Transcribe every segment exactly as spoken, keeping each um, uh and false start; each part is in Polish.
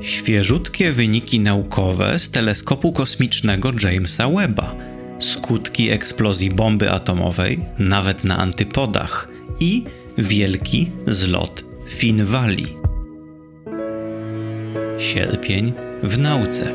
Świeżutkie wyniki naukowe z teleskopu kosmicznego Jamesa Webba. Skutki eksplozji bomby atomowej nawet na antypodach i wielki zlot Fin Valley. Sierpień w nauce.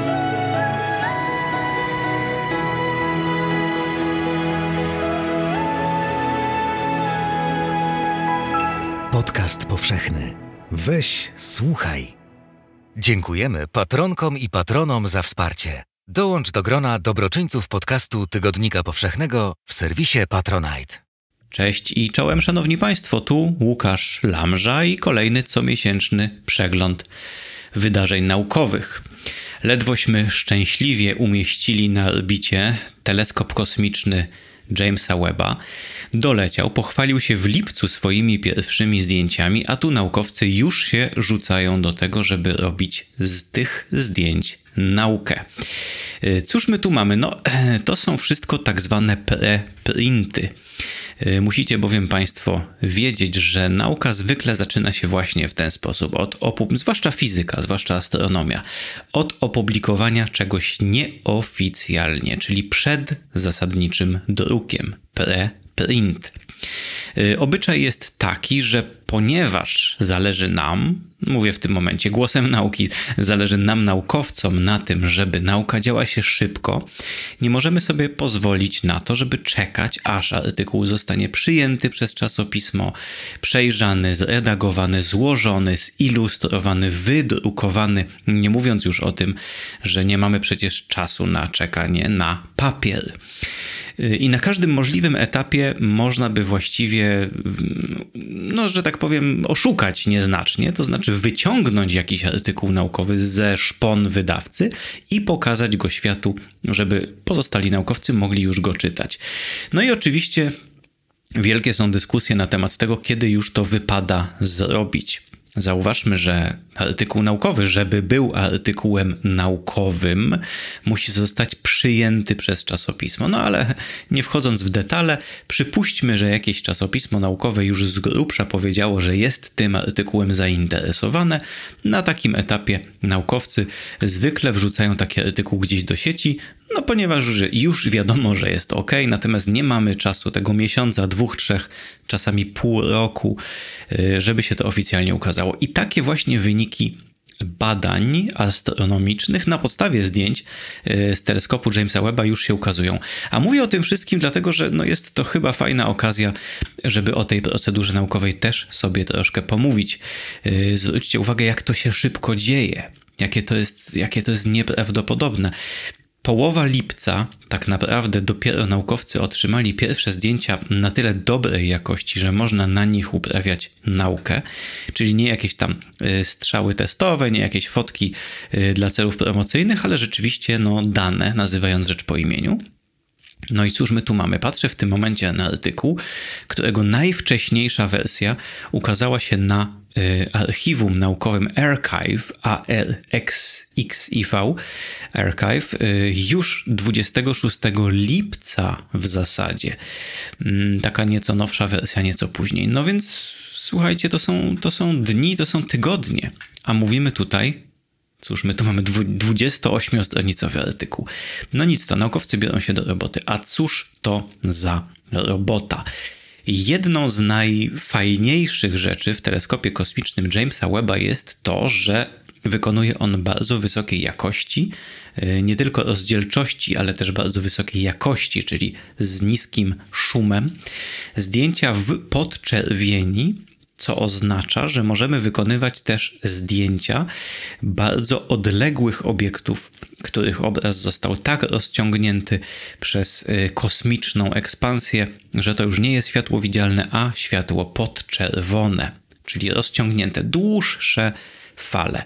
Podcast powszechny. Weź, słuchaj. Dziękujemy patronkom i patronom za wsparcie. Dołącz do grona dobroczyńców podcastu Tygodnika Powszechnego w serwisie Patronite. Cześć i czołem, szanowni państwo, tu Łukasz Lamża i kolejny comiesięczny przegląd wydarzeń naukowych. Ledwośmy szczęśliwie umieścili na orbicie teleskop kosmiczny Jamesa Webba, doleciał, pochwalił się w lipcu swoimi pierwszymi zdjęciami, a tu naukowcy już się rzucają do tego, żeby robić z tych zdjęć naukę. Cóż my tu mamy? No, to są wszystko tak zwane preprinty. Musicie bowiem państwo wiedzieć, że nauka zwykle zaczyna się właśnie w ten sposób, od opu- zwłaszcza fizyka, zwłaszcza astronomia, od opublikowania czegoś nieoficjalnie, czyli przed zasadniczym drukiem, preprint. Obyczaj jest taki, że ponieważ zależy nam, mówię w tym momencie głosem nauki, zależy nam naukowcom na tym, żeby nauka działa się szybko, nie możemy sobie pozwolić na to, żeby czekać, aż artykuł zostanie przyjęty przez czasopismo, przejrzany, zredagowany, złożony, zilustrowany, wydrukowany, nie mówiąc już o tym, że nie mamy przecież czasu na czekanie na papier. I na każdym możliwym etapie można by właściwie, no że tak powiem, oszukać nieznacznie, to znaczy wyciągnąć jakiś artykuł naukowy ze szpon wydawcy i pokazać go światu, żeby pozostali naukowcy mogli już go czytać. No i oczywiście wielkie są dyskusje na temat tego, kiedy już to wypada zrobić. Zauważmy, że artykuł naukowy, żeby był artykułem naukowym, musi zostać przyjęty przez czasopismo. No ale nie wchodząc w detale, przypuśćmy, że jakieś czasopismo naukowe już z grubsza powiedziało, że jest tym artykułem zainteresowane. Na takim etapie naukowcy zwykle wrzucają taki artykuł gdzieś do sieci, no ponieważ już wiadomo, że jest ok, natomiast nie mamy czasu tego miesiąca, dwóch, trzech, czasami pół roku, żeby się to oficjalnie ukazało. I takie właśnie wyniki badań astronomicznych na podstawie zdjęć z teleskopu Jamesa Webba już się ukazują. A mówię o tym wszystkim dlatego, że no jest to chyba fajna okazja, żeby o tej procedurze naukowej też sobie troszkę pomówić. Zwróćcie uwagę, jak to się szybko dzieje, jakie to jest, jakie to jest nieprawdopodobne. Połowa lipca tak naprawdę dopiero naukowcy otrzymali pierwsze zdjęcia na tyle dobrej jakości, że można na nich uprawiać naukę, czyli nie jakieś tam strzały testowe, nie jakieś fotki dla celów promocyjnych, ale rzeczywiście no, dane, nazywając rzecz po imieniu. No i cóż my tu mamy? Patrzę w tym momencie na artykuł, którego najwcześniejsza wersja ukazała się na y, archiwum naukowym Archive, A R X X I V, Archive, y, już dwudziestego szóstego lipca w zasadzie. Y, taka nieco nowsza wersja, nieco później. No więc słuchajcie, to są, to są dni, to są tygodnie, a mówimy tutaj. Cóż, my tu mamy dwudziestoośmiostronicowy artykuł. No nic to, naukowcy biorą się do roboty. A cóż to za robota? Jedną z najfajniejszych rzeczy w teleskopie kosmicznym Jamesa Webba jest to, że wykonuje on bardzo wysokiej jakości, nie tylko rozdzielczości, ale też bardzo wysokiej jakości, czyli z niskim szumem, zdjęcia w podczerwieni, co oznacza, że możemy wykonywać też zdjęcia bardzo odległych obiektów, których obraz został tak rozciągnięty przez kosmiczną ekspansję, że to już nie jest światło widzialne, a światło podczerwone, czyli rozciągnięte, dłuższe fale.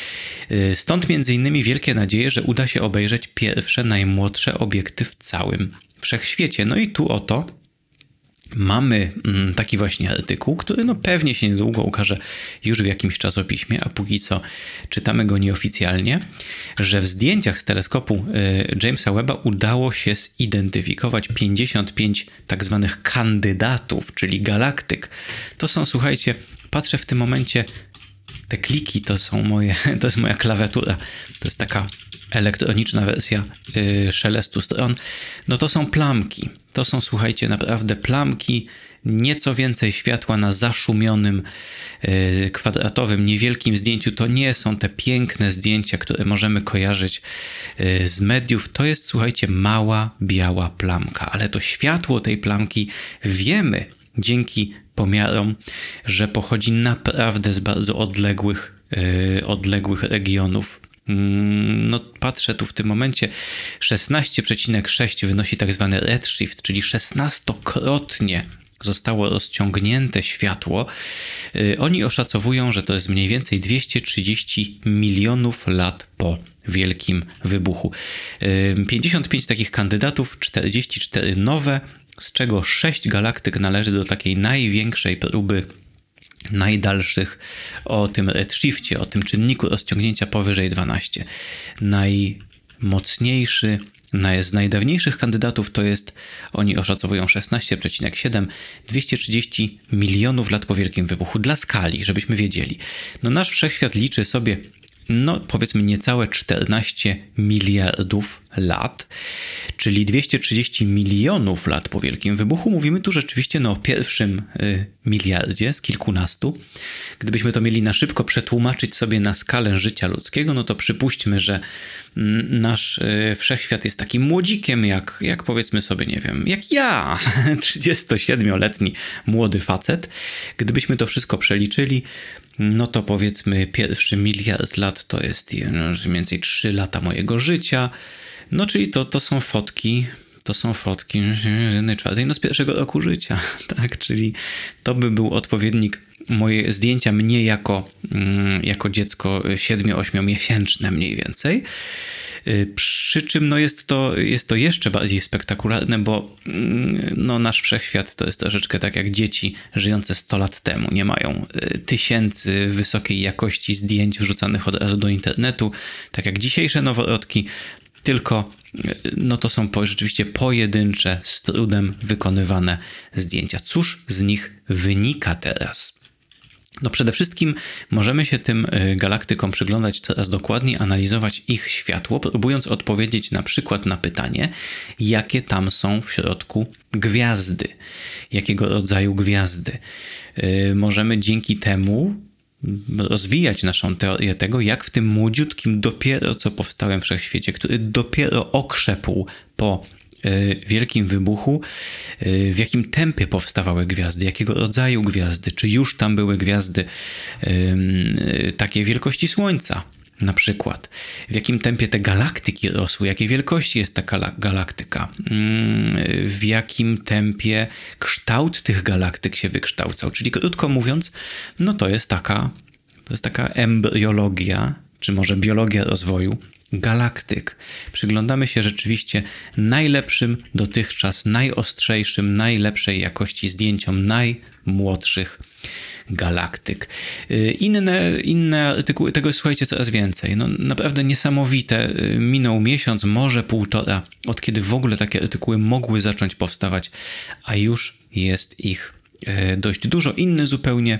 Stąd między innymi wielkie nadzieje, że uda się obejrzeć pierwsze, najmłodsze obiekty w całym wszechświecie. No i tu oto mamy taki właśnie artykuł, który no pewnie się niedługo ukaże już w jakimś czasopiśmie, a póki co czytamy go nieoficjalnie, że w zdjęciach z teleskopu Jamesa Webba udało się zidentyfikować pięćdziesiąt pięć tak zwanych kandydatów, czyli galaktyk. To są, słuchajcie, patrzę w tym momencie te kliki to są moje, to jest moja klawiatura. To jest taka elektroniczna wersja yy, szelestu stron. No to są plamki. To są, słuchajcie, naprawdę plamki. Nieco więcej światła na zaszumionym, yy, kwadratowym, niewielkim zdjęciu. To nie są te piękne zdjęcia, które możemy kojarzyć yy, z mediów. To jest, słuchajcie, mała, biała plamka. Ale to światło tej plamki wiemy dzięki pomiarom, że pochodzi naprawdę z bardzo odległych, yy, odległych regionów. No patrzę tu w tym momencie, szesnaście przecinek sześć wynosi tak zwany redshift, czyli szesnastokrotnie zostało rozciągnięte światło. Yy, oni oszacowują, że to jest mniej więcej dwieście trzydzieści milionów lat po wielkim wybuchu. Yy, pięćdziesiąt pięć takich kandydatów, czterdzieści cztery nowe, z czego sześć galaktyk należy do takiej największej próby najdalszych o tym redshifcie, o tym czynniku rozciągnięcia powyżej dwanaście. Najmocniejszy z najdawniejszych kandydatów to jest, oni oszacowują szesnaście przecinek siedem, dwieście trzydzieści milionów lat po wielkim wybuchu. Dla skali, żebyśmy wiedzieli. No nasz wszechświat liczy sobie, no powiedzmy niecałe czternaście miliardów lat, czyli dwieście trzydzieści milionów lat po wielkim wybuchu. Mówimy tu rzeczywiście no, o pierwszym y, miliardzie z kilkunastu. Gdybyśmy to mieli na szybko przetłumaczyć sobie na skalę życia ludzkiego, no to przypuśćmy, że y, nasz y, wszechświat jest takim młodzikiem, jak, jak powiedzmy sobie, nie wiem, jak ja, trzydziestosiedmioletni młody facet. Gdybyśmy to wszystko przeliczyli, no to powiedzmy pierwszy miliard lat to jest no, mniej więcej trzy lata mojego życia. No czyli to, to są fotki, to są fotki z jednej czwartej, no z pierwszego roku życia, tak? Czyli to by był odpowiednik moje zdjęcia mnie jako, jako dziecko siedmiu-ośmiomiesięczne mniej więcej. Przy czym no jest, to, jest to jeszcze bardziej spektakularne, bo no nasz wszechświat to jest troszeczkę tak jak dzieci żyjące sto lat temu. Nie mają tysięcy wysokiej jakości zdjęć wrzucanych od razu do internetu, tak jak dzisiejsze noworodki, tylko no to są po, rzeczywiście pojedyncze, z trudem wykonywane zdjęcia. Cóż z nich wynika teraz? No przede wszystkim możemy się tym galaktykom przyglądać coraz dokładniej, analizować ich światło, próbując odpowiedzieć na przykład na pytanie, jakie tam są w środku gwiazdy, jakiego rodzaju gwiazdy. Yy, możemy dzięki temu rozwijać naszą teorię tego, jak w tym młodziutkim, dopiero co powstałym wszechświecie, który dopiero okrzepł po wielkim wybuchu, w jakim tempie powstawały gwiazdy, jakiego rodzaju gwiazdy, czy już tam były gwiazdy takiej wielkości Słońca na przykład, w jakim tempie te galaktyki rosły, jakiej wielkości jest taka galaktyka, w jakim tempie kształt tych galaktyk się wykształcał, czyli krótko mówiąc, no to jest taka, to jest taka embriologia, czy może biologia rozwoju galaktyk. Przyglądamy się rzeczywiście najlepszym dotychczas, najostrzejszym, najlepszej jakości zdjęciom najmłodszych galaktyk. Inne, inne artykuły, tego słuchajcie coraz więcej. No naprawdę niesamowite. Minął miesiąc, może półtora, od kiedy w ogóle takie artykuły mogły zacząć powstawać, a już jest ich dość dużo. Inny zupełnie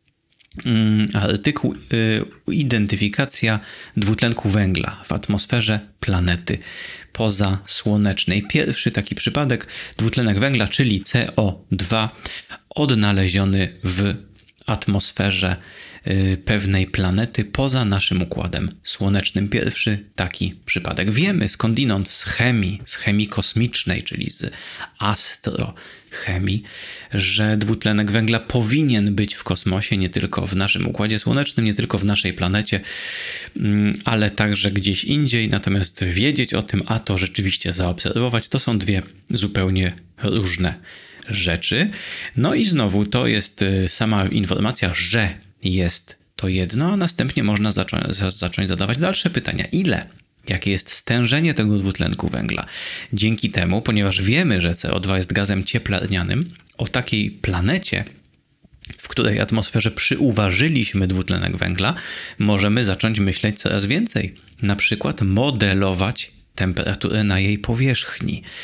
artykuł identyfikacja dwutlenku węgla w atmosferze planety pozasłonecznej. Pierwszy taki przypadek, dwutlenek węgla, czyli C O dwa, odnaleziony w atmosferze pewnej planety poza naszym układem słonecznym. Pierwszy taki przypadek. Wiemy skądinąd z chemii, z chemii kosmicznej, czyli z astrochemii, że dwutlenek węgla powinien być w kosmosie, nie tylko w naszym układzie słonecznym, nie tylko w naszej planecie, ale także gdzieś indziej. Natomiast wiedzieć o tym, a to rzeczywiście zaobserwować, to są dwie zupełnie różne rzeczy. No i znowu to jest sama informacja, że jest to jedno, a następnie można zacząć, zacząć zadawać dalsze pytania. Ile? Jakie jest stężenie tego dwutlenku węgla? Dzięki temu, ponieważ wiemy, że C O dwa jest gazem cieplarnianym, o takiej planecie, w której atmosferze przyuważyliśmy dwutlenek węgla, możemy zacząć myśleć coraz więcej. Na przykład modelować temperaturę na jej powierzchni.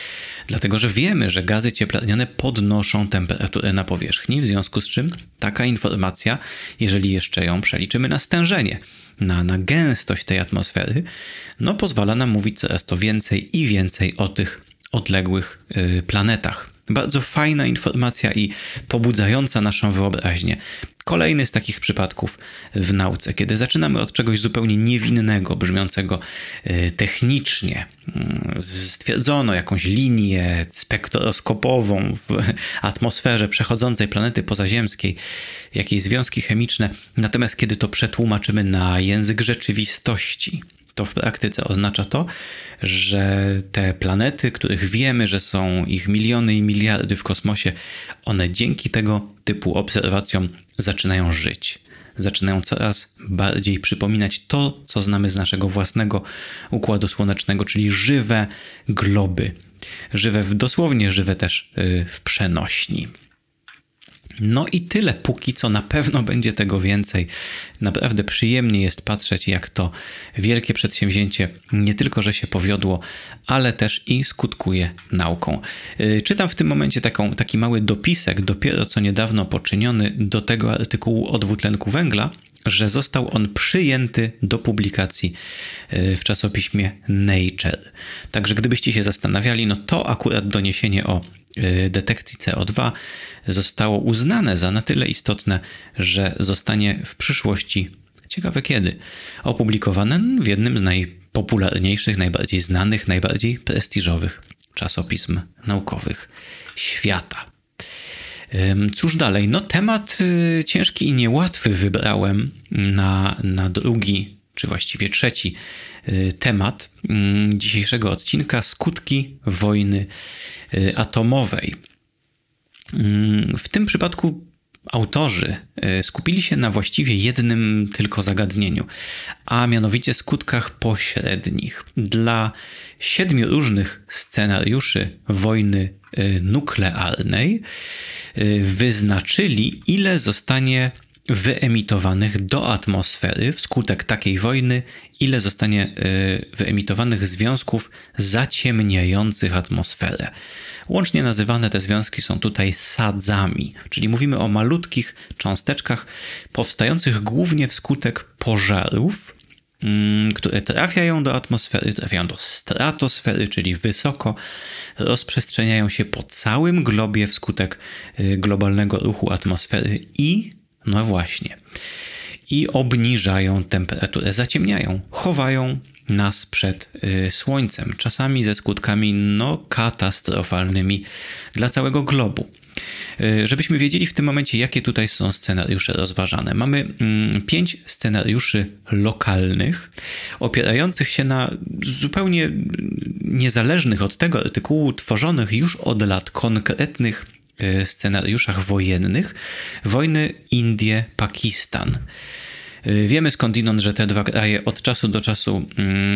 Dlatego, że wiemy, że gazy cieplarniane podnoszą temperaturę na powierzchni, w związku z czym taka informacja, jeżeli jeszcze ją przeliczymy na stężenie, na, na gęstość tej atmosfery, no pozwala nam mówić coraz to więcej i więcej o tych odległych yy, planetach. Bardzo fajna informacja i pobudzająca naszą wyobraźnię. Kolejny z takich przypadków w nauce, kiedy zaczynamy od czegoś zupełnie niewinnego, brzmiącego y, technicznie. Y, stwierdzono jakąś linię spektroskopową w atmosferze przechodzącej planety pozaziemskiej, jakieś związki chemiczne. Natomiast kiedy to przetłumaczymy na język rzeczywistości, to w praktyce oznacza to, że te planety, których wiemy, że są ich miliony i miliardy w kosmosie, one dzięki tego typu obserwacjom zaczynają żyć. Zaczynają coraz bardziej przypominać to, co znamy z naszego własnego Układu Słonecznego, czyli żywe globy. Żywe, dosłownie żywe też w przenośni. No i tyle, póki co na pewno będzie tego więcej. Naprawdę przyjemnie jest patrzeć, jak to wielkie przedsięwzięcie nie tylko, że się powiodło, ale też i skutkuje nauką. Czytam w tym momencie taką, taki mały dopisek, dopiero co niedawno poczyniony do tego artykułu o dwutlenku węgla, że został on przyjęty do publikacji w czasopiśmie Nature. Także gdybyście się zastanawiali, no to akurat doniesienie o detekcji C O dwa zostało uznane za na tyle istotne, że zostanie w przyszłości, ciekawe kiedy, opublikowane w jednym z najpopularniejszych, najbardziej znanych, najbardziej prestiżowych czasopism naukowych świata. Cóż dalej? No temat ciężki i niełatwy wybrałem na, na drugi, czy właściwie trzeci temat dzisiejszego odcinka: skutki wojny atomowej. W tym przypadku autorzy skupili się na właściwie jednym tylko zagadnieniu, a mianowicie skutkach pośrednich. Dla siedmiu różnych scenariuszy wojny nuklearnej wyznaczyli, ile zostanie wyemitowanych do atmosfery wskutek takiej wojny, ile zostanie wyemitowanych związków zaciemniających atmosferę. Łącznie nazywane te związki są tutaj sadzami, czyli mówimy o malutkich cząsteczkach powstających głównie wskutek pożarów, które trafiają do atmosfery, trafiają do stratosfery, czyli wysoko, rozprzestrzeniają się po całym globie wskutek globalnego ruchu atmosfery i, no właśnie, i obniżają temperaturę, zaciemniają, chowają nas przed y, słońcem, czasami ze skutkami no katastrofalnymi dla całego globu. Y, żebyśmy wiedzieli w tym momencie, jakie tutaj są scenariusze rozważane. Mamy mm, pięć scenariuszy lokalnych, opierających się na zupełnie niezależnych od tego artykułu, tworzonych już od lat konkretnych y, scenariuszach wojennych wojny Indie-Pakistan. Wiemy skądinąd, że te dwa kraje od czasu do czasu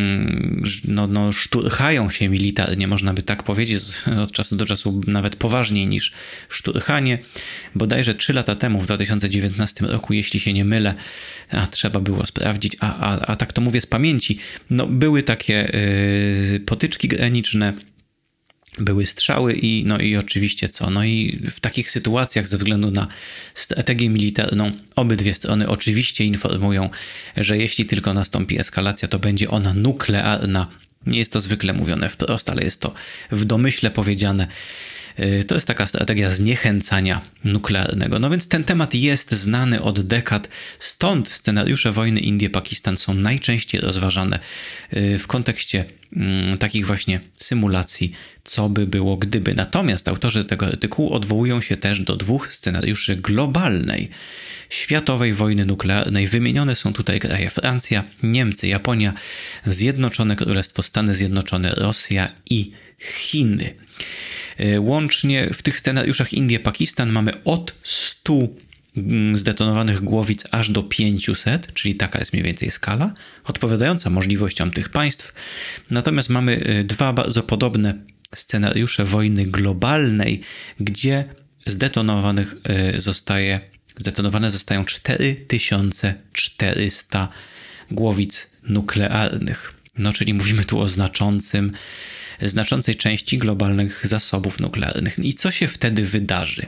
no, no, szturchają się militarnie, można by tak powiedzieć, od czasu do czasu nawet poważniej niż szturchanie. Bodajże trzy lata temu, w dwa tysiące dziewiętnastym roku, jeśli się nie mylę, a trzeba było sprawdzić, a, a, a tak to mówię z pamięci, no, były takie yy, potyczki graniczne, były strzały i no i oczywiście co? No i w takich sytuacjach ze względu na strategię militarną obydwie strony oczywiście informują, że jeśli tylko nastąpi eskalacja, to będzie ona nuklearna. Nie jest to zwykle mówione wprost, ale jest to w domyśle powiedziane. To jest taka strategia zniechęcania nuklearnego. No więc ten temat jest znany od dekad, stąd scenariusze wojny Indie-Pakistan są najczęściej rozważane w kontekście takich właśnie symulacji, co by było gdyby. Natomiast autorzy tego artykułu odwołują się też do dwóch scenariuszy globalnej, światowej wojny nuklearnej. Wymienione są tutaj kraje Francja, Niemcy, Japonia, Zjednoczone Królestwo, Stany Zjednoczone, Rosja i Chiny. Łącznie w tych scenariuszach Indie-Pakistan mamy od stu zdetonowanych głowic aż do pięciuset, czyli taka jest mniej więcej skala, odpowiadająca możliwościom tych państw. Natomiast mamy dwa bardzo podobne scenariusze wojny globalnej, gdzie zdetonowanych zostaje, zdetonowane zostają cztery tysiące czterysta głowic nuklearnych. no czyli mówimy tu o znaczącym, znaczącej części globalnych zasobów nuklearnych. I co się wtedy wydarzy?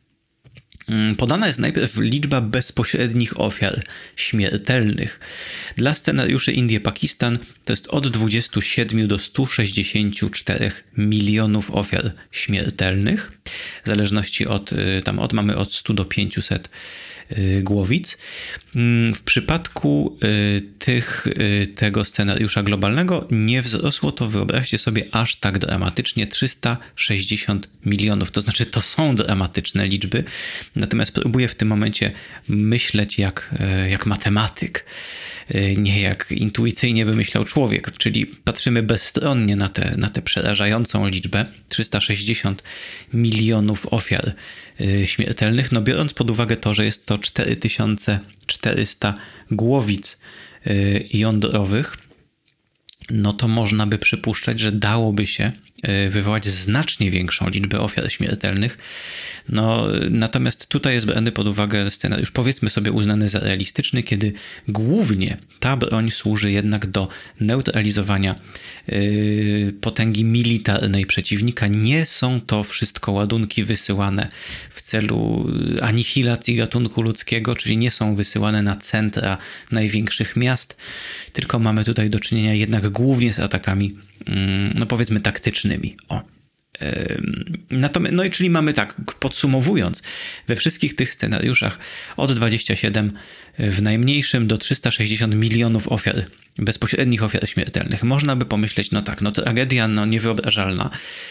Podana jest najpierw liczba bezpośrednich ofiar śmiertelnych. Dla scenariuszy Indie-Pakistan to jest od dwudziestu siedmiu do stu sześćdziesięciu czterech milionów ofiar śmiertelnych. W zależności od, tam od mamy od stu do pięciuset głowic. W przypadku tych, tego scenariusza globalnego nie wzrosło to, wyobraźcie sobie, aż tak dramatycznie, trzysta sześćdziesiąt milionów. To znaczy, to są dramatyczne liczby, natomiast próbuję w tym momencie myśleć jak, jak matematyk, nie jak intuicyjnie by myślał człowiek, czyli patrzymy bezstronnie na tę na tę przerażającą liczbę, trzysta sześćdziesiąt milionów ofiar śmiertelnych, no biorąc pod uwagę to, że jest to cztery tysiące czterysta głowic jądrowych, no to można by przypuszczać, że dałoby się wywołać znacznie większą liczbę ofiar śmiertelnych. No, natomiast tutaj jest brany pod uwagę scenariusz, powiedzmy sobie, uznany za realistyczny, kiedy głównie ta broń służy jednak do neutralizowania yy, potęgi militarnej przeciwnika. Nie są to wszystko ładunki wysyłane w celu anihilacji gatunku ludzkiego, czyli nie są wysyłane na centra największych miast, tylko mamy tutaj do czynienia jednak głównie z atakami, yy, no powiedzmy, taktycznymi. O. Natomiast, no i czyli mamy tak, podsumowując, we wszystkich tych scenariuszach od dwudziestu siedmiu w najmniejszym do trzystu sześćdziesięciu milionów ofiar, bezpośrednich ofiar śmiertelnych. Można by pomyśleć, no tak, no tragedia no niewyobrażalna,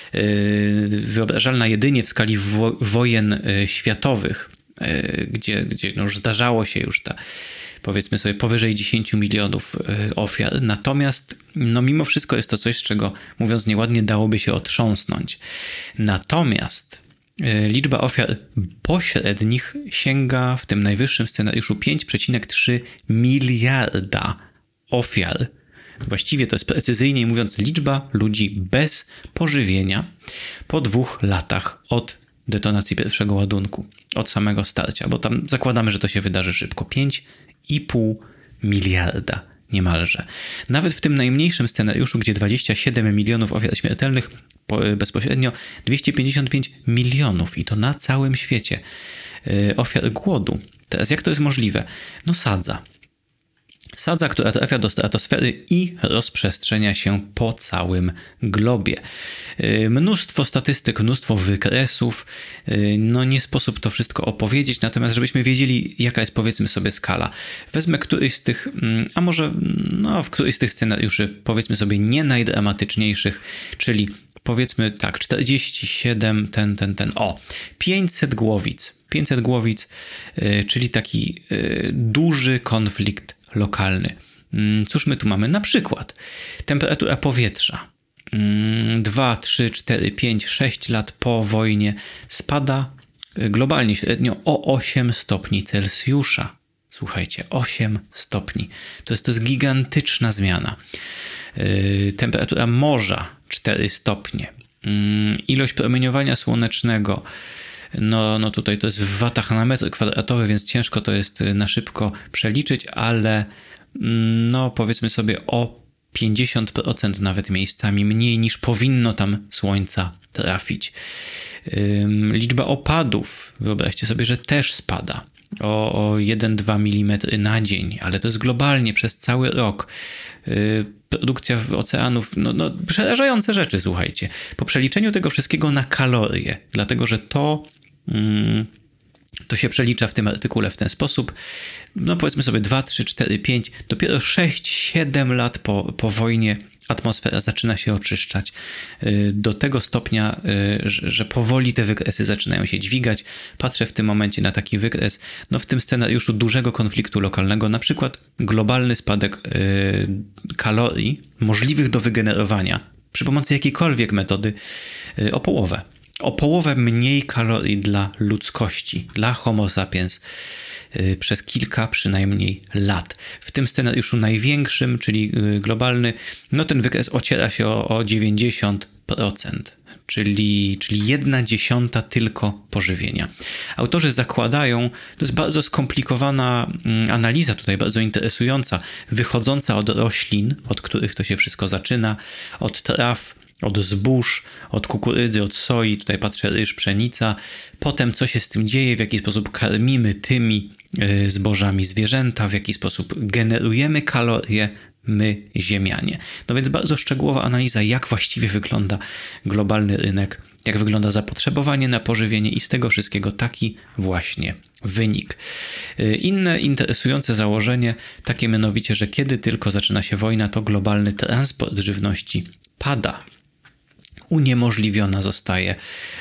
wyobrażalna jedynie w skali wo- wojen światowych, gdzie, gdzie no już zdarzało się już ta, powiedzmy sobie, powyżej dziesięciu milionów ofiar. Natomiast no mimo wszystko jest to coś, z czego, mówiąc nieładnie, dałoby się otrząsnąć. Natomiast liczba ofiar pośrednich sięga w tym najwyższym scenariuszu pięć przecinek trzy miliarda ofiar. Właściwie to jest, precyzyjniej mówiąc, liczba ludzi bez pożywienia po dwóch latach od detonacji pierwszego ładunku, od samego starcia, bo tam zakładamy, że to się wydarzy szybko. pięć i pół miliarda niemalże. Nawet w tym najmniejszym scenariuszu, gdzie dwadzieścia siedem milionów ofiar śmiertelnych, bezpośrednio dwieście pięćdziesiąt pięć milionów i to na całym świecie ofiar głodu. Teraz jak to jest możliwe? No sadza. Sadza, która trafia do stratosfery i rozprzestrzenia się po całym globie. Mnóstwo statystyk, mnóstwo wykresów, no nie sposób to wszystko opowiedzieć, natomiast żebyśmy wiedzieli, jaka jest, powiedzmy sobie, skala. Wezmę któryś z tych, a może no, w któryś z tych scenariuszy, powiedzmy sobie, nie najdramatyczniejszych, czyli powiedzmy tak, czterdzieści siedem, ten, ten, ten, o, pięćset głowic. pięćset głowic, czyli taki duży konflikt lokalny. Cóż my tu mamy? Na przykład temperatura powietrza dwa, trzy, cztery, pięć, sześć lat po wojnie spada globalnie średnio o osiem stopni Celsjusza. Słuchajcie, osiem stopni. To jest, to jest gigantyczna zmiana. Temperatura morza cztery stopnie. Ilość promieniowania słonecznego, No, no tutaj to jest w watach na metr kwadratowy, więc ciężko to jest na szybko przeliczyć, ale no powiedzmy sobie o pięćdziesiąt procent nawet miejscami mniej niż powinno tam słońca trafić. Ym, liczba opadów, wyobraźcie sobie, że też spada o, o jeden do dwóch milimetrów na dzień, ale to jest globalnie przez cały rok. Yy, produkcja oceanów, no, no przerażające rzeczy, słuchajcie. Po przeliczeniu tego wszystkiego na kalorie, dlatego że to to się przelicza w tym artykule w ten sposób, no powiedzmy sobie dwa, trzy, cztery, pięć, dopiero sześć, siedem lat po, po wojnie atmosfera zaczyna się oczyszczać do tego stopnia, że, że powoli te wykresy zaczynają się dźwigać. Patrzę w tym momencie na taki wykres, no w tym scenariuszu dużego konfliktu lokalnego, na przykład globalny spadek kalorii możliwych do wygenerowania przy pomocy jakiejkolwiek metody o połowę. O połowę mniej kalorii dla ludzkości, dla Homo sapiens yy, przez kilka przynajmniej lat. W tym scenariuszu największym, czyli yy, globalny, no ten wykres ociera się o, o dziewięćdziesiąt procent. czyli, czyli jedna dziesiąta tylko pożywienia. Autorzy zakładają, to jest bardzo skomplikowana analiza tutaj, bardzo interesująca, wychodząca od roślin, od których to się wszystko zaczyna, od traw, od zbóż, od kukurydzy, od soi, tutaj patrzę ryż, pszenica, potem co się z tym dzieje, w jaki sposób karmimy tymi zbożami zwierzęta, w jaki sposób generujemy kalorie my, ziemianie. No więc bardzo szczegółowa analiza, jak właściwie wygląda globalny rynek, jak wygląda zapotrzebowanie na pożywienie i z tego wszystkiego taki właśnie wynik. Inne interesujące założenie, takie mianowicie, że kiedy tylko zaczyna się wojna, to globalny transport żywności pada. Uniemożliwiona zostaje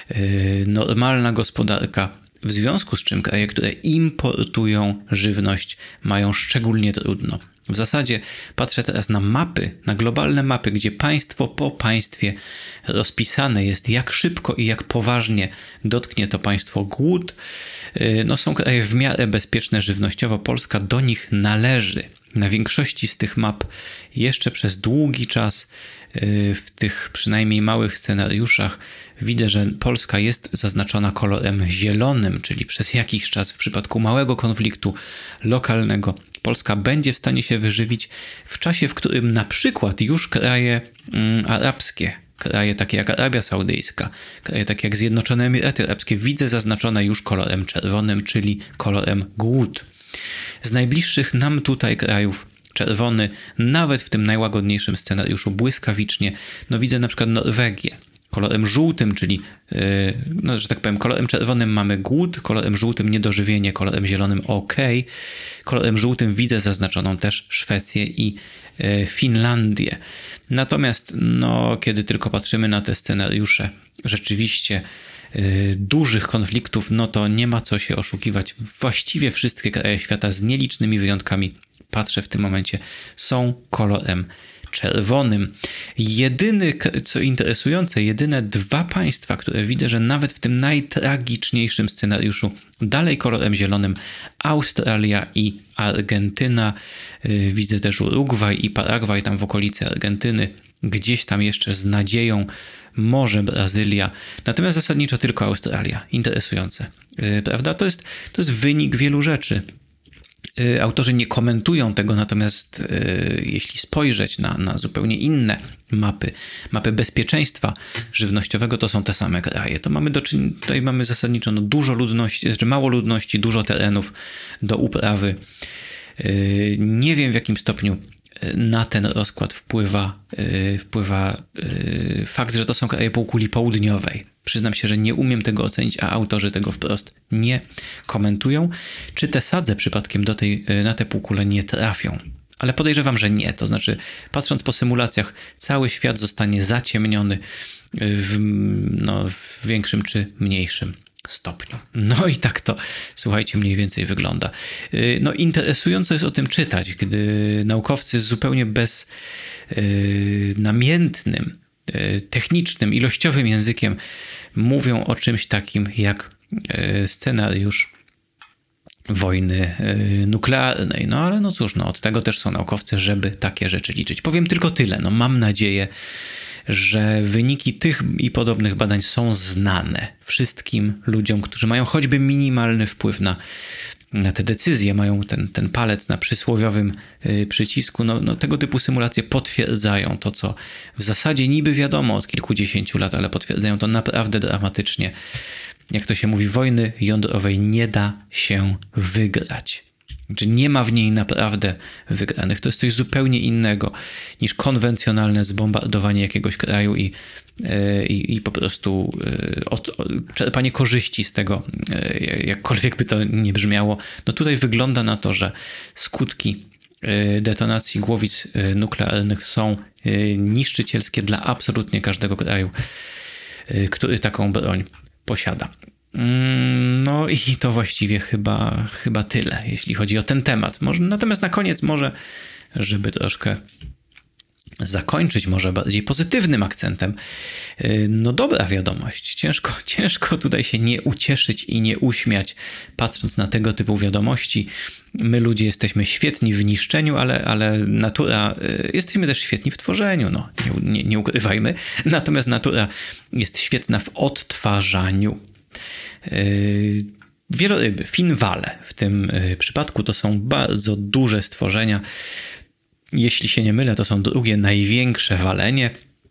normalna gospodarka, w związku z czym kraje, które importują żywność, mają szczególnie trudno. W zasadzie patrzę teraz na mapy, na globalne mapy, gdzie państwo po państwie rozpisane jest, jak szybko i jak poważnie dotknie to państwo głód. No, są kraje w miarę bezpieczne żywnościowo. Polska do nich należy. Na większości z tych map jeszcze przez długi czas, w tych przynajmniej małych scenariuszach, widzę, że Polska jest zaznaczona kolorem zielonym, czyli przez jakiś czas w przypadku małego konfliktu lokalnego Polska będzie w stanie się wyżywić w czasie, w którym na przykład już kraje mm, arabskie, kraje takie jak Arabia Saudyjska, kraje takie jak Zjednoczone Emiraty Arabskie widzę zaznaczone już kolorem czerwonym, czyli kolorem głód. Z najbliższych nam tutaj krajów czerwony, nawet w tym najłagodniejszym scenariuszu błyskawicznie, no widzę na przykład Norwegię. Kolorem żółtym, czyli, yy, no, że tak powiem, kolorem czerwonym mamy głód, kolorem żółtym niedożywienie, kolorem zielonym ok, kolorem żółtym widzę zaznaczoną też Szwecję i yy, Finlandię. Natomiast, no, kiedy tylko patrzymy na te scenariusze rzeczywiście yy, dużych konfliktów, no to nie ma co się oszukiwać. Właściwie wszystkie kraje świata z nielicznymi wyjątkami, patrzę w tym momencie, są kolorem czerwonym. Jedyny, co interesujące, jedyne dwa państwa, które widzę, że nawet w tym najtragiczniejszym scenariuszu dalej kolorem zielonym, Australia i Argentyna. Widzę też Urugwaj i Paragwaj tam w okolicy Argentyny. Gdzieś tam jeszcze z nadzieją może Brazylia. Natomiast zasadniczo tylko Australia. Interesujące. Prawda? To jest, to jest wynik wielu rzeczy. Autorzy nie komentują tego, natomiast y, jeśli spojrzeć na, na zupełnie inne mapy, mapy bezpieczeństwa żywnościowego, to są te same kraje. To mamy do czynienia, tutaj mamy zasadniczo no, dużo ludności, znaczy mało ludności, dużo terenów do uprawy. Y, nie wiem w jakim stopniu na ten rozkład wpływa, yy, wpływa yy, fakt, że to są kraje półkuli południowej. Przyznam się, że nie umiem tego ocenić, a autorzy tego wprost nie komentują. Czy te sadze przypadkiem do tej, yy, na tę półkulę nie trafią? Ale podejrzewam, że nie. To znaczy, patrząc po symulacjach, cały świat zostanie zaciemniony w, no, w większym czy mniejszym stopniu. No i tak to, słuchajcie, mniej więcej wygląda. No interesująco jest o tym czytać, gdy naukowcy z zupełnie beznamiętnym, technicznym, ilościowym językiem mówią o czymś takim jak scenariusz wojny nuklearnej. No ale no cóż, no od tego też są naukowcy, żeby takie rzeczy liczyć. Powiem tylko tyle. No mam nadzieję, że wyniki tych i podobnych badań są znane wszystkim ludziom, którzy mają choćby minimalny wpływ na, na te decyzje, mają ten, ten palec na przysłowiowym y, przycisku. No, no, tego typu symulacje potwierdzają to, co w zasadzie niby wiadomo od kilkudziesięciu lat, ale potwierdzają to naprawdę dramatycznie. Jak to się mówi, wojny jądrowej nie da się wygrać. Znaczy nie ma w niej naprawdę wygranych. To jest coś zupełnie innego niż konwencjonalne zbombardowanie jakiegoś kraju i, i, i po prostu od, od, czerpanie korzyści z tego, jakkolwiek by to nie brzmiało. No tutaj wygląda na to, że skutki detonacji głowic nuklearnych są niszczycielskie dla absolutnie każdego kraju, który taką broń posiada. No i to właściwie chyba, chyba tyle, jeśli chodzi o ten temat. Może, natomiast na koniec może, żeby troszkę zakończyć może bardziej pozytywnym akcentem. No dobra wiadomość. Ciężko, ciężko tutaj się nie ucieszyć i nie uśmiać, patrząc na tego typu wiadomości. My ludzie jesteśmy świetni w niszczeniu, ale, ale natura, jesteśmy też świetni w tworzeniu, no nie, nie, nie ukrywajmy. Natomiast natura jest świetna w odtwarzaniu. Yy, wieloryby, finwale w tym przypadku to są bardzo duże stworzenia. Jeśli się nie mylę, to są drugie największe walenie.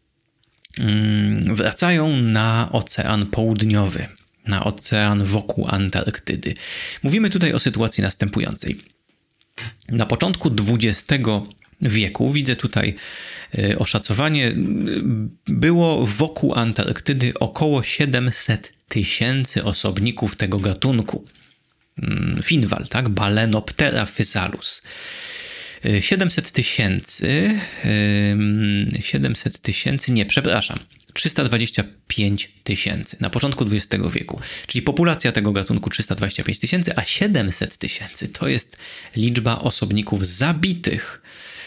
Wracają na Ocean Południowy, na ocean wokół Antarktydy. Mówimy tutaj o sytuacji następującej. Na początku dwudziestego wieku, widzę tutaj oszacowanie, było wokół Antarktydy około siedemset tysięcy osobników tego gatunku. Finwal, tak? Balenoptera physalus. siedemset tysięcy, siedemset tysięcy, nie, przepraszam, trzysta dwadzieścia pięć tysięcy na początku dwudziestego wieku. Czyli populacja tego gatunku trzysta dwadzieścia pięć tysięcy, a siedemset tysięcy to jest liczba osobników zabitych.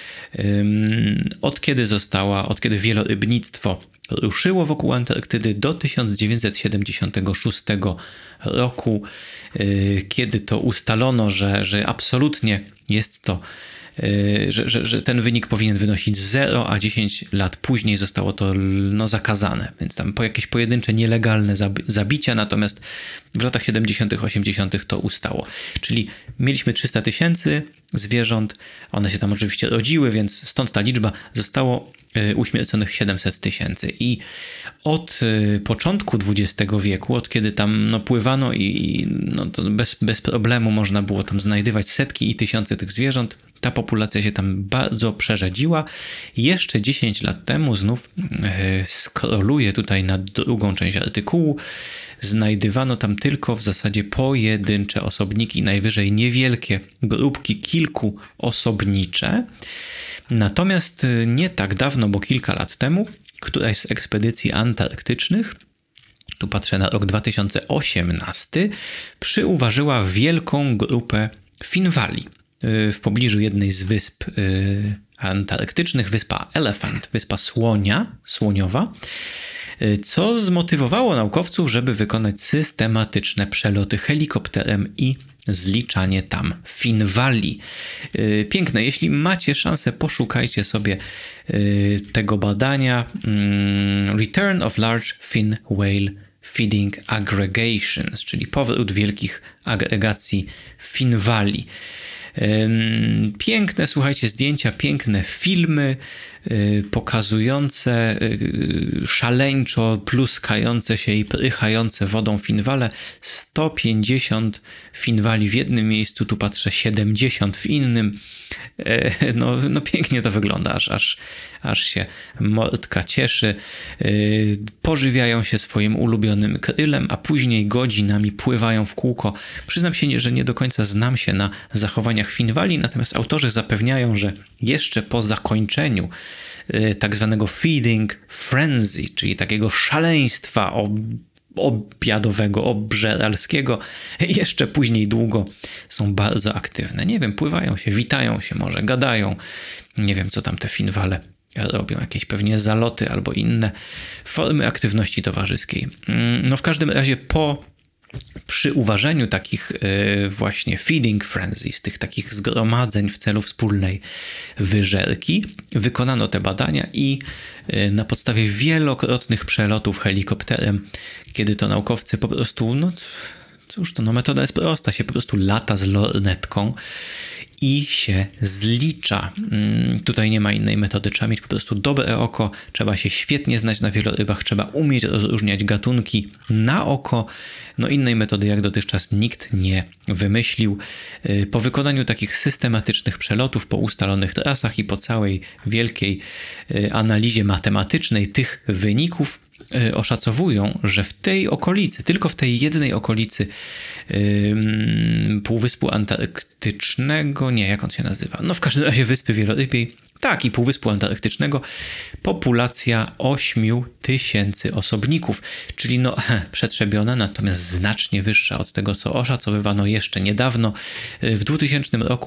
Od kiedy została, od kiedy wielorybnictwo ruszyło wokół Antarktydy do tysiąc dziewięćset siedemdziesiątego szóstego roku, kiedy to ustalono, że, że absolutnie jest to Że, że, że ten wynik powinien wynosić zero, a dziesięć lat później zostało to no, zakazane. Więc tam po jakieś pojedyncze nielegalne zabicia, natomiast w latach siedemdziesiątych, osiemdziesiątych to ustało. Czyli mieliśmy trzysta tysięcy zwierząt, one się tam oczywiście rodziły, więc stąd ta liczba, zostało uśmierconych siedemset tysięcy. I od początku dwudziestego wieku, od kiedy tam no, pływano i no, to bez, bez problemu można było tam znajdywać setki i tysiące tych zwierząt, ta populacja się tam bardzo przerzedziła. Jeszcze dziesięć lat temu, znów e, skroluję tutaj na drugą część artykułu, znajdywano tam tylko w zasadzie pojedyncze osobniki, najwyżej niewielkie grupki kilkuosobnicze. Natomiast nie tak dawno, bo kilka lat temu, któraś z ekspedycji antarktycznych, tu patrzę na rok dwa tysiące osiemnasty, przyuważyła wielką grupę finwali w pobliżu jednej z wysp antarktycznych, wyspa Elephant, wyspa Słonia, Słoniowa, co zmotywowało naukowców, żeby wykonać systematyczne przeloty helikopterem i zliczanie tam finwali. Piękne. Jeśli macie szansę, poszukajcie sobie tego badania. Return of Large Fin Whale Feeding Aggregations, czyli powrót wielkich agregacji finwali. Piękne, słuchajcie, zdjęcia, piękne filmy pokazujące szaleńczo pluskające się i prychające wodą finwale. sto pięćdziesiąt finwali w jednym miejscu, tu patrzę siedemdziesiąt w innym. No, no pięknie to wygląda, aż, aż, aż się mordka cieszy. Pożywiają się swoim ulubionym krylem, a później godzinami pływają w kółko. Przyznam się, że nie do końca znam się na zachowaniach finwali, natomiast autorzy zapewniają, że jeszcze po zakończeniu tak zwanego feeding frenzy, czyli takiego szaleństwa obiadowego, obżeralskiego, jeszcze później długo są bardzo aktywne. Nie wiem, pływają się, witają się może, gadają. Nie wiem, co tam te finwale robią, jakieś pewnie zaloty albo inne formy aktywności towarzyskiej. No w każdym razie po przy uważaniu takich właśnie feeding frenzies, tych takich zgromadzeń w celu wspólnej wyżerki, wykonano te badania i na podstawie wielokrotnych przelotów helikopterem, kiedy to naukowcy po prostu, no cóż to, no metoda jest prosta, się po prostu lata z lornetką i się zlicza. Tutaj nie ma innej metody. Trzeba mieć po prostu dobre oko, trzeba się świetnie znać na wielorybach, trzeba umieć rozróżniać gatunki na oko. No innej metody jak dotychczas nikt nie wymyślił. Po wykonaniu takich systematycznych przelotów, po ustalonych trasach i po całej wielkiej analizie matematycznej tych wyników, oszacowują, że w tej okolicy, tylko w tej jednej okolicy yy, Półwyspu Antarktycznego, nie, jak on się nazywa, no w każdym razie Wyspy Wielorybiej, tak, i Półwyspu Antarktycznego, populacja ośmiu tysięcy osobników, czyli no przetrzebiona, natomiast znacznie wyższa od tego, co oszacowywano jeszcze niedawno. W dwutysięcznym roku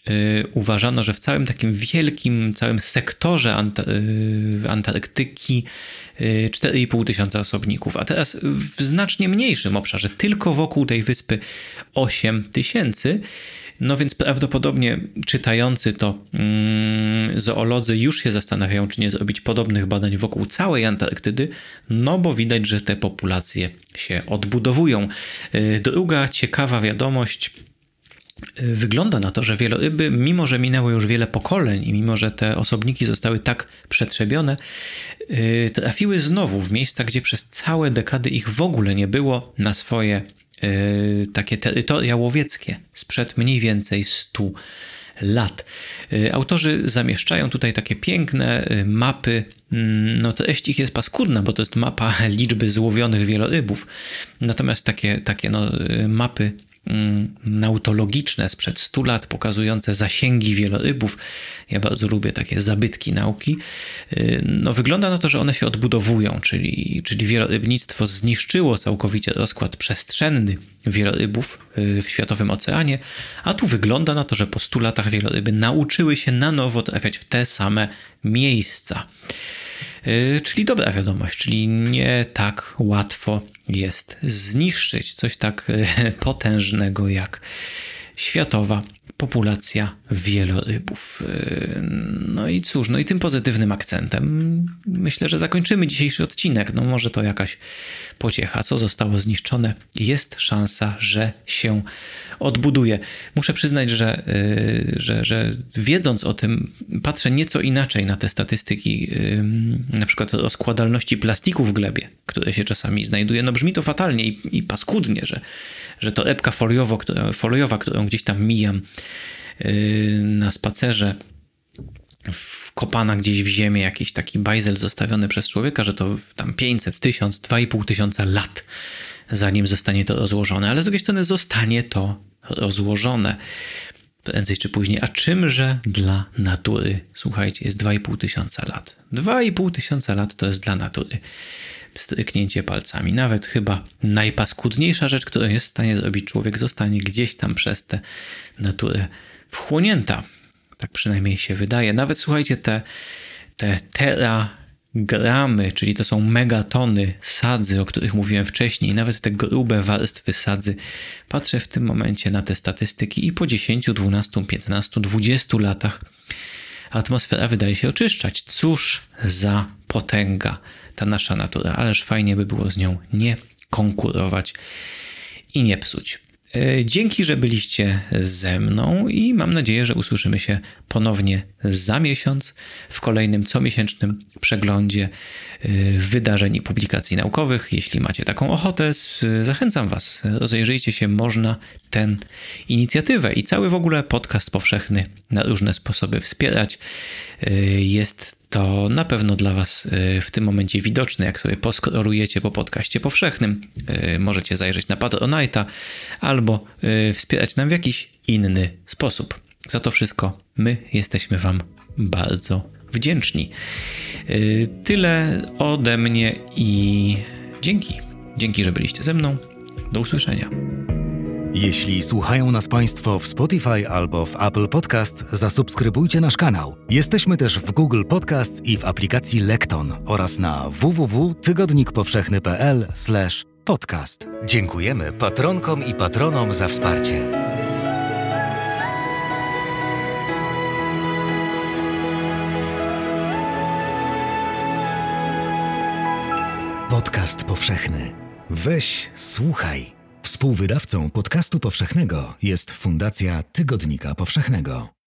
Yy, uważano, że w całym takim wielkim, całym sektorze Ant- yy, Antarktyki yy, cztery i pół tysiąca osobników, a teraz w znacznie mniejszym obszarze, tylko wokół tej wyspy osiem tysięcy. No więc prawdopodobnie czytający to mm, zoolodzy już się zastanawiają, czy nie zrobić podobnych badań wokół całej Antarktydy, no bo widać, że te populacje się odbudowują. Yy, druga ciekawa wiadomość. Wygląda na to, że wieloryby, mimo że minęło już wiele pokoleń i mimo że te osobniki zostały tak przetrzebione, yy, trafiły znowu w miejsca, gdzie przez całe dekady ich w ogóle nie było, na swoje yy, takie terytoria łowieckie sprzed mniej więcej stu lat. Yy, autorzy zamieszczają tutaj takie piękne yy, mapy. No treść ich jest paskudna, bo to jest mapa liczby złowionych wielorybów. Natomiast takie, takie no, yy, mapy nautologiczne sprzed stu lat, pokazujące zasięgi wielorybów. Ja bardzo lubię takie zabytki nauki. No, wygląda na to, że one się odbudowują, czyli, czyli wielorybnictwo zniszczyło całkowicie rozkład przestrzenny wielorybów w Światowym Oceanie, a tu wygląda na to, że po stu latach wieloryby nauczyły się na nowo trafiać w te same miejsca. Czyli dobra wiadomość, czyli nie tak łatwo jest zniszczyć coś tak potężnego jak światowa populacja wielorybów. No i cóż, no i tym pozytywnym akcentem myślę, że zakończymy dzisiejszy odcinek. No może to jakaś pociecha. Co zostało zniszczone? Jest szansa, że się odbuduje. Muszę przyznać, że, że, że wiedząc o tym, patrzę nieco inaczej na te statystyki, na przykład rozkładalności plastiku w glebie, które się czasami znajduje. No brzmi to fatalnie i, i paskudnie, że, że to epka foliowo, która, foliowa, którą gdzieś tam mijam na spacerze, wkopana gdzieś w ziemię, jakiś taki bajzel zostawiony przez człowieka, że to tam pięćset, tysiąc, dwa i pół tysiąca lat, zanim zostanie to rozłożone. Ale z drugiej strony zostanie to rozłożone prędzej czy później. A czymże dla natury? Słuchajcie, jest dwa i pół tysiąca lat. dwa i pół tysiąca lat to jest dla natury stryknięcie palcami. Nawet chyba najpaskudniejsza rzecz, którą jest w stanie zrobić człowiek, zostanie gdzieś tam przez tę naturę wchłonięta. Tak przynajmniej się wydaje. Nawet słuchajcie, te, te teragramy, czyli to są megatony sadzy, o których mówiłem wcześniej, nawet te grube warstwy sadzy. Patrzę w tym momencie na te statystyki i po dziesięciu, dwunastu, piętnastu, dwudziestu latach atmosfera wydaje się oczyszczać. Cóż za potęga ta nasza natura. Ależ fajnie by było z nią nie konkurować i nie psuć. Dzięki, że byliście ze mną i mam nadzieję, że usłyszymy się ponownie za miesiąc w kolejnym comiesięcznym przeglądzie wydarzeń i publikacji naukowych. Jeśli macie taką ochotę, zachęcam Was, rozejrzyjcie się, można tę inicjatywę i cały w ogóle podcast powszechny na różne sposoby wspierać. Jest to na pewno dla Was w tym momencie widoczne, jak sobie poskrolujecie po podcaście powszechnym. Możecie zajrzeć na Patronite'a albo wspierać nam w jakiś inny sposób. Za to wszystko my jesteśmy Wam bardzo wdzięczni. Tyle ode mnie i dzięki. Dzięki, że byliście ze mną. Do usłyszenia. Jeśli słuchają nas Państwo w Spotify albo w Apple Podcast, zasubskrybujcie nasz kanał. Jesteśmy też w Google Podcast i w aplikacji Lekton oraz na w w w kropka tygodnik powszechny kropka p l slash podcast. Dziękujemy patronkom i patronom za wsparcie. Podcast powszechny. Weź, słuchaj. Współwydawcą podcastu powszechnego jest Fundacja Tygodnika Powszechnego.